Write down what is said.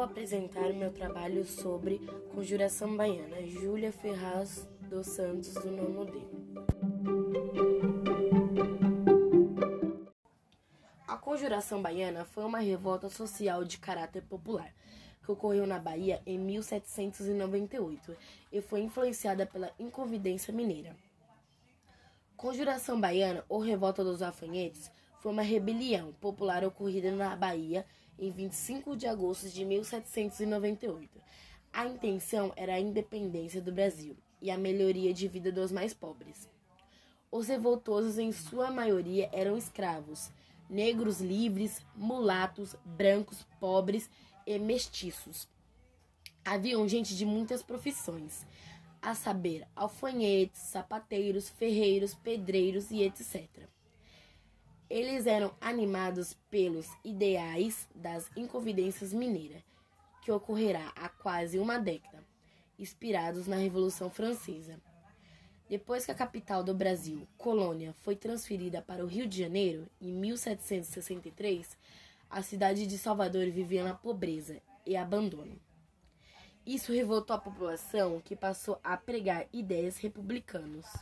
apresentar meu trabalho sobre Conjuração Baiana, Júlia Ferraz dos Santos, do nono D. A Conjuração Baiana foi uma revolta social de caráter popular, que ocorreu na Bahia em 1798 e foi influenciada pela Inconfidência Mineira. Conjuração Baiana, ou Revolta dos Alfanhetes, foi uma rebelião popular ocorrida na Bahia em 25 de agosto de 1798. A intenção era a independência do Brasil e a melhoria de vida dos mais pobres. Os revoltosos, em sua maioria, eram escravos, negros livres, mulatos, brancos, pobres e mestiços. Haviam gente de muitas profissões, a saber, alfanhetes, sapateiros, ferreiros, pedreiros e etc. Eles eram animados pelos ideais das Inconfidências Mineiras, que ocorrerá há quase uma década, inspirados na Revolução Francesa. Depois que a capital do Brasil, Colônia, foi transferida para o Rio de Janeiro, em 1763, a cidade de Salvador vivia na pobreza e abandono. Isso revoltou a população, que passou a pregar ideias republicanas.